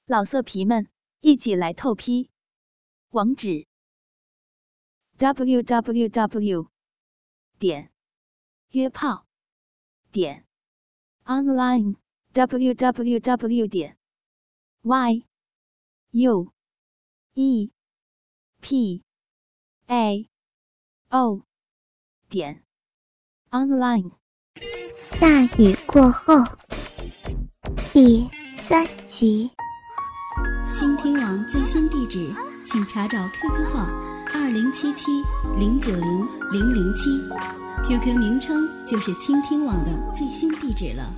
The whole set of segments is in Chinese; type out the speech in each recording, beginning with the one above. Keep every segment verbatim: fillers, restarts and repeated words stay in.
老色皮们，一起来透批！网址 ：double u double u double u 点约炮点 online double u double u double u 点 y u e p a o 点 online。 大雨过后，第三集。 倾听网最新地址，请查找 Q Q 号二零七七零九零零零七 ，Q Q 名称就是倾听网的最新地址了。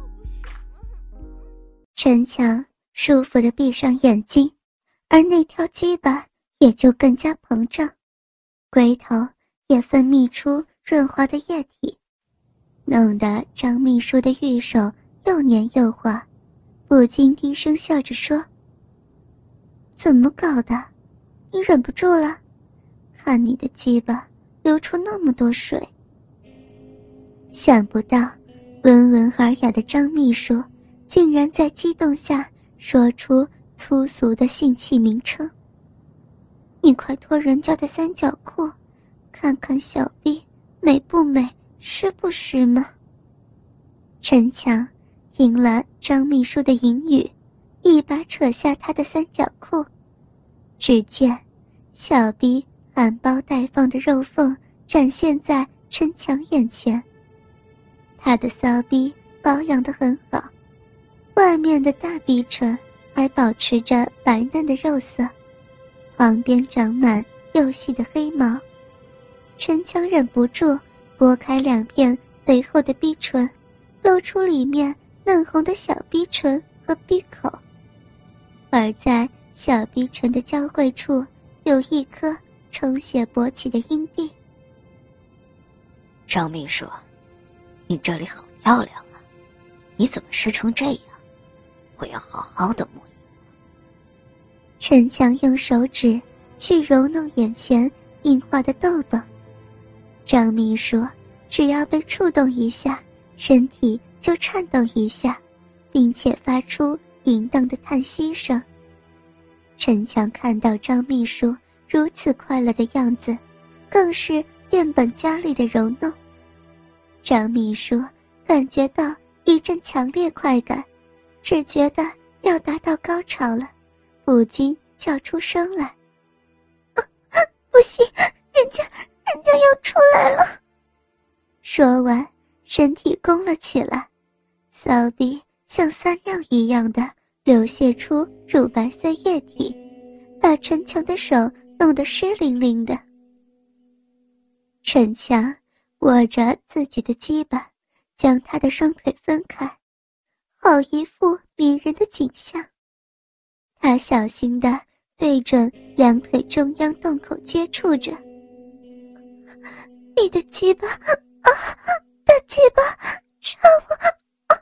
陈强舒服地闭上眼睛，而那条鸡巴也就更加膨胀，龟头也分泌出润滑的液体，弄得张秘书的玉手又黏又滑，不禁低声笑着说：“怎么搞的？你忍不住了？看你的鸡巴流出那么多水。”想不到温文尔雅的张秘书竟然在激动下说出粗俗的性器名称。你快脱人家的三角裤，看看小臂美不美，湿不湿吗？陈强听了张秘书的淫语，一把扯下他的三角裤，只见小臂含苞待放的肉缝展现在陈强眼前。他的骚逼保养得很好，外面的大逼唇还保持着白嫩的肉色，旁边长满又细的黑毛。陈强忍不住拨开两片肥厚的逼唇，露出里面嫩红的小逼唇和逼口，而在小逼唇的交汇处有一颗充血勃起的阴蒂。 张秘书，你这里好漂亮啊，你怎么湿成这样？我要好好的摸一摸。 陈强用手指去揉弄眼前硬化的痘痘，张秘书只要被触动一下，身体就颤抖一下，并且发出淫荡的叹息声。陈强看到张秘书如此快乐的样子，更是变本加厉的揉弄。张秘书感觉到一阵强烈快感，只觉得要达到高潮了，不禁叫出声来：“啊啊，不行，人家人家要出来了！”说完，身体弓了起来，骚逼像撒尿一样的流泻出乳白色液体，把陈强的手弄得湿淋淋的。陈强握着自己的鸡巴，将他的双腿分开，好一副迷人的景象。他小心地对准两腿中央洞口接触着。你的鸡巴啊，大鸡巴插我！啊、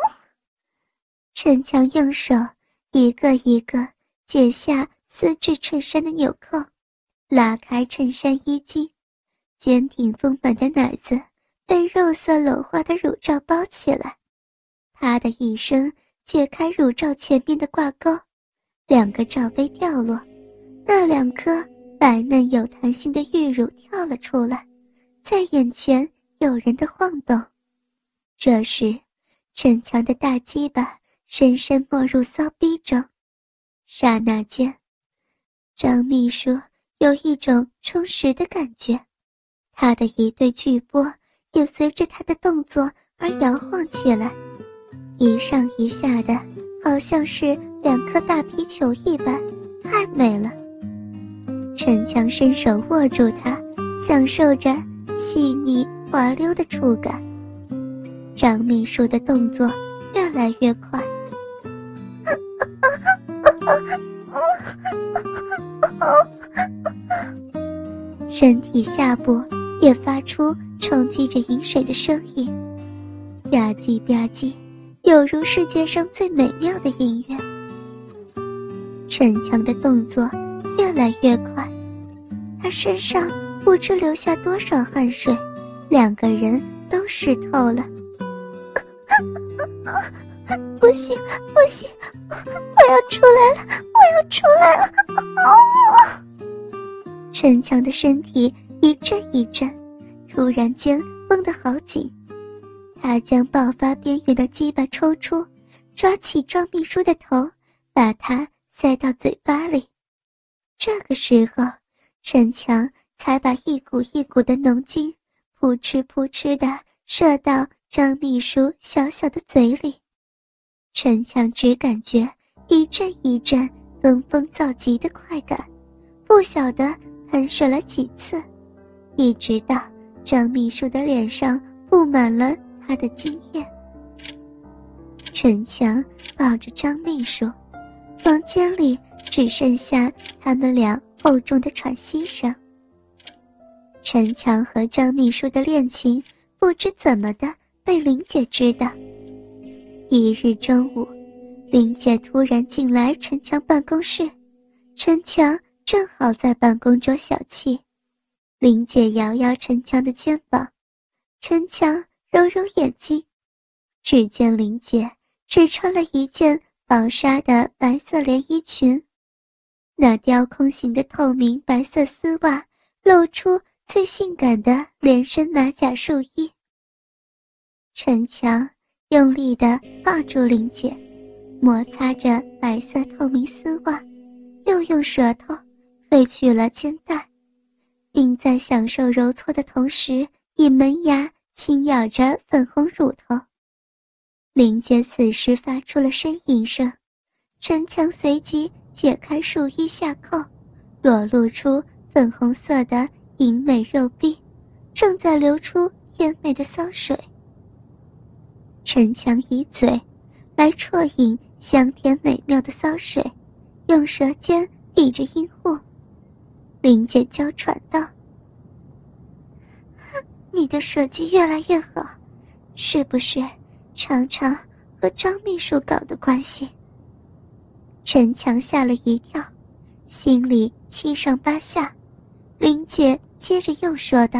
陈强用手一个一个解下丝质衬衫的纽扣，拉开衬衫衣襟，坚挺丰满的奶子被肉色镂花的乳罩包起来。啪的一声解开乳罩前面的挂钩，两个罩杯掉落，那两颗白嫩有弹性的玉乳跳了出来，在眼前诱人的晃动。这时陈强的大鸡巴深深没入骚逼中，刹那间张秘书有一种充实的感觉，他的一对巨波也随着他的动作而摇晃起来，一上一下的，好像是两颗大皮球一般，太美了。陈强伸手握住它，享受着细腻滑溜的触感。张秘书的动作越来越快，身体下部也发出冲击着饮水的声音，吧唧吧唧，有如世界上最美妙的音乐。陈强的动作越来越快，他身上不知流下多少汗水，两个人都湿透了。不不行不行，我要出来了，我要出来了！哦！陈强的身体一震一震，突然间绷得好紧。他将爆发边缘的鸡巴抽出，抓起张秘书的头，把他塞到嘴巴里。这个时候，陈强才把一股一股的浓精扑哧扑哧地射到张秘书小小的嘴里。陈强只感觉一阵一阵登峰造极的快感，不晓得喷射了几次，一直到张秘书的脸上布满了他的经验。陈强抱着张秘书，房间里只剩下他们俩厚重的喘息声。陈强和张秘书的恋情不知怎么的被林姐知道。一日中午，林姐突然进来陈强办公室，陈强正好在办公桌小憩。林姐摇摇陈强的肩膀，陈强揉揉眼睛，只见林姐只穿了一件薄纱的白色连衣裙，那雕空型的透明白色丝袜露出最性感的连身马甲束衣。陈强用力地抱住林姐，摩擦着白色透明丝袜，又用舌头褪去了肩带，并在享受揉搓的同时以门牙轻咬着粉红乳头。林姐此时发出了呻吟声，陈强随即解开束衣下扣，裸露出粉红色的银美肉臂，正在流出甜美的骚水。陈强以嘴来啜饮香甜美妙的骚水，用舌尖抵着阴户。林姐娇喘道：你的舌技越来越好，是不是常常和张秘书搞的关系？陈强吓了一跳，心里七上八下。林姐接着又说道：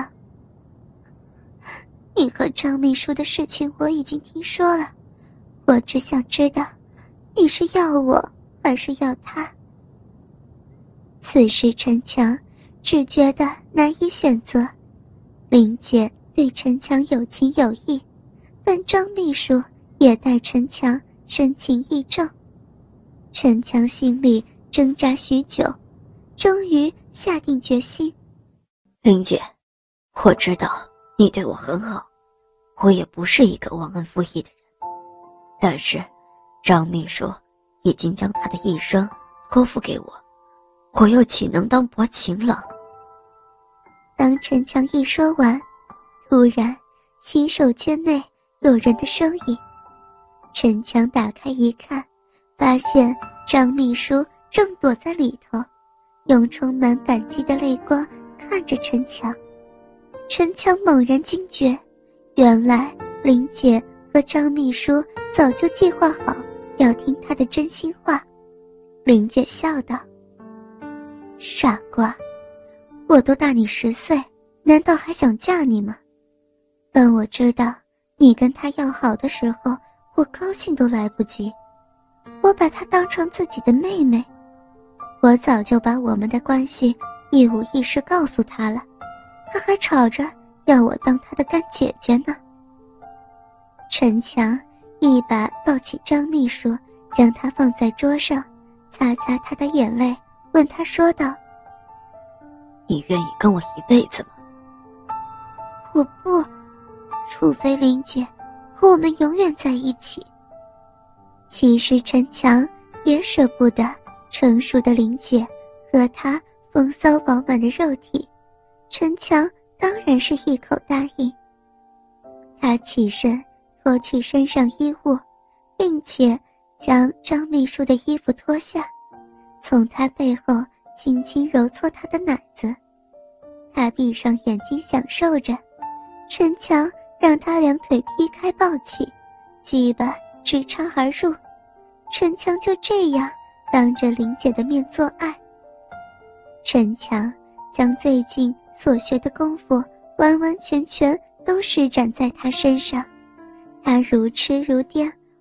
你和张秘书的事情我已经听说了，我只想知道你是要我还是要他。此时陈强只觉得难以选择，林姐对陈强有情有义，但张秘书也待陈强深情意重。陈强心里挣扎许久，终于下定决心： 林姐，我知道你对我很好，我也不是一个忘恩负义的人，但是张秘书已经将他的一生托付给我，我又岂能当薄情郎？ 当陈强一说完，突然洗手间内有人的声音。陈强打开一看，发现张秘书正躲在里头，用充满感激的泪光看着陈强。陈强猛然惊觉，原来林姐和张秘书早就计划好要听他的真心话。林姐笑道：傻瓜，我都大你十岁，难道还想嫁你吗？当我知道你跟他要好的时候，我高兴都来不及。我把她当成自己的妹妹，我早就把我们的关系一五一十告诉他了，他还吵着要我当他的干姐姐呢。陈强一把抱起张秘书，将他放在桌上，擦擦他的眼泪，问他说道： 你愿意跟我一辈子吗？ 我不，除非林姐和我们永远在一起。其实陈强也舍不得成熟的林姐和他风骚饱满的肉体，陈强当然是一口答应。他起身脱去身上衣物，并且将张秘书的衣服脱下，从他背后轻轻揉搓他的奶子。他闭上眼睛享受着，陈强让他两腿劈开抱起，鸡巴直插而入，陈强就这样当着林姐的面做爱。陈强将最近所学的功夫完完全全都施展在他身上，他如痴如癫，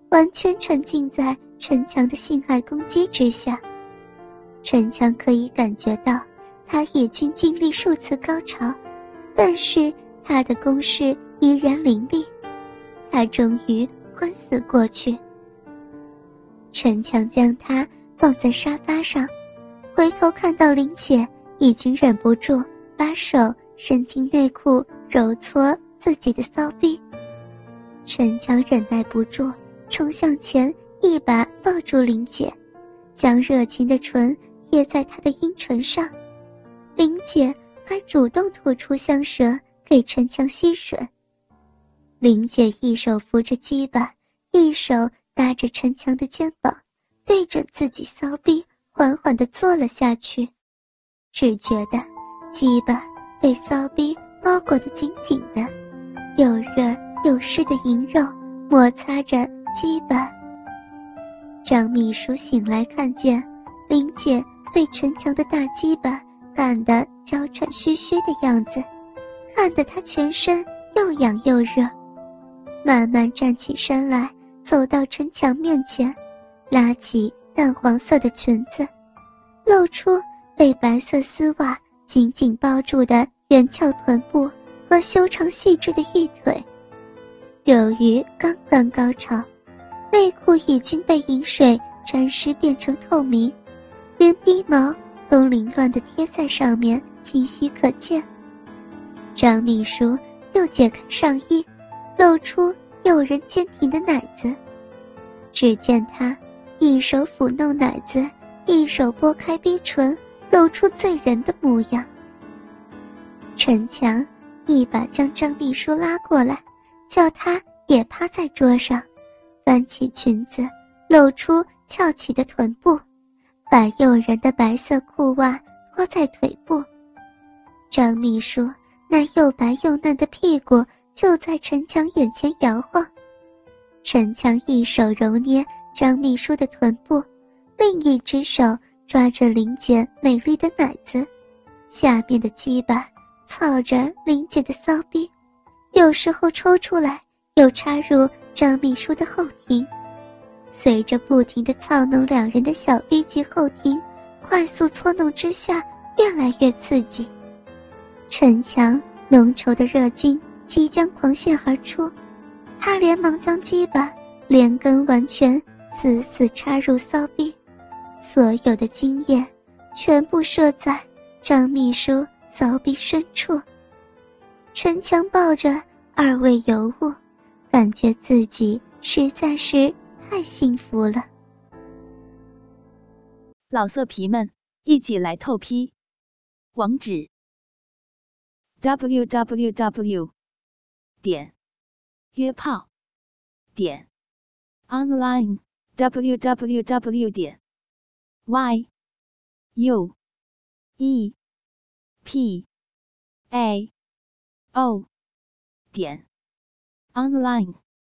完全沉浸在陈强的性爱攻击之下。陈强可以感觉到他已经经历数次高潮，但是他的攻势依然凌厉，他终于昏死过去。陈强将他放在沙发上，回头看到林姐已经忍不住把手伸进内裤揉搓自己的骚逼。陈强忍耐不住，冲向前一把抱住林姐，将热情的唇贴在她的阴唇上。林姐还主动吐出香舌给陈强吸吮。林姐一手扶着鸡巴，一手搭着陈强的肩膀，对着自己骚逼缓缓地坐了下去，只觉得鸡巴被骚逼包裹得紧紧的，有热有湿的淫肉摩擦着鸡巴。张秘书醒来看见林姐被陈强的大鸡巴干得娇喘吁吁的样子，看得她全身又痒又热，慢慢站起身来，走到陈强面前，拉起淡黄色的裙子，露出被白色丝袜紧紧包住的圆翘臀部和修长细致的玉腿。由于刚刚高潮，内裤已经被饮水沾湿变成透明，连逼毛都凌乱地贴在上面，清晰可见。张秘书又解开上衣，露出诱人坚挺的奶子，只见他一手抚弄奶子，一手拨开逼唇，露出醉人的模样。陈强一把将张秘书拉过来，叫他也趴在桌上，翻起裙子，露出翘起的臀部，把诱人的白色裤袜拖在腿部。张秘书那又白又嫩的屁股就在陈强眼前摇晃。陈强一手揉捏张秘书的臀部，另一只手抓着林姐美丽的奶子，下面的鸡巴操着林姐的骚逼，有时候抽出来又插入张秘书的后庭。随着不停地操弄两人的小逼及后庭，快速搓弄之下越来越刺激。陈强浓稠的热精即将狂泻而出，他连忙将鸡巴连根完全死死插入骚逼，所有的精液全部射在张秘书骚逼深处。陈强抱着二位尤物，感觉自己实在是太幸福了。 老色皮们，一起来透批！网址 ：double u double u double u 点约炮点 online w w w 点 y u e p a o 点 online。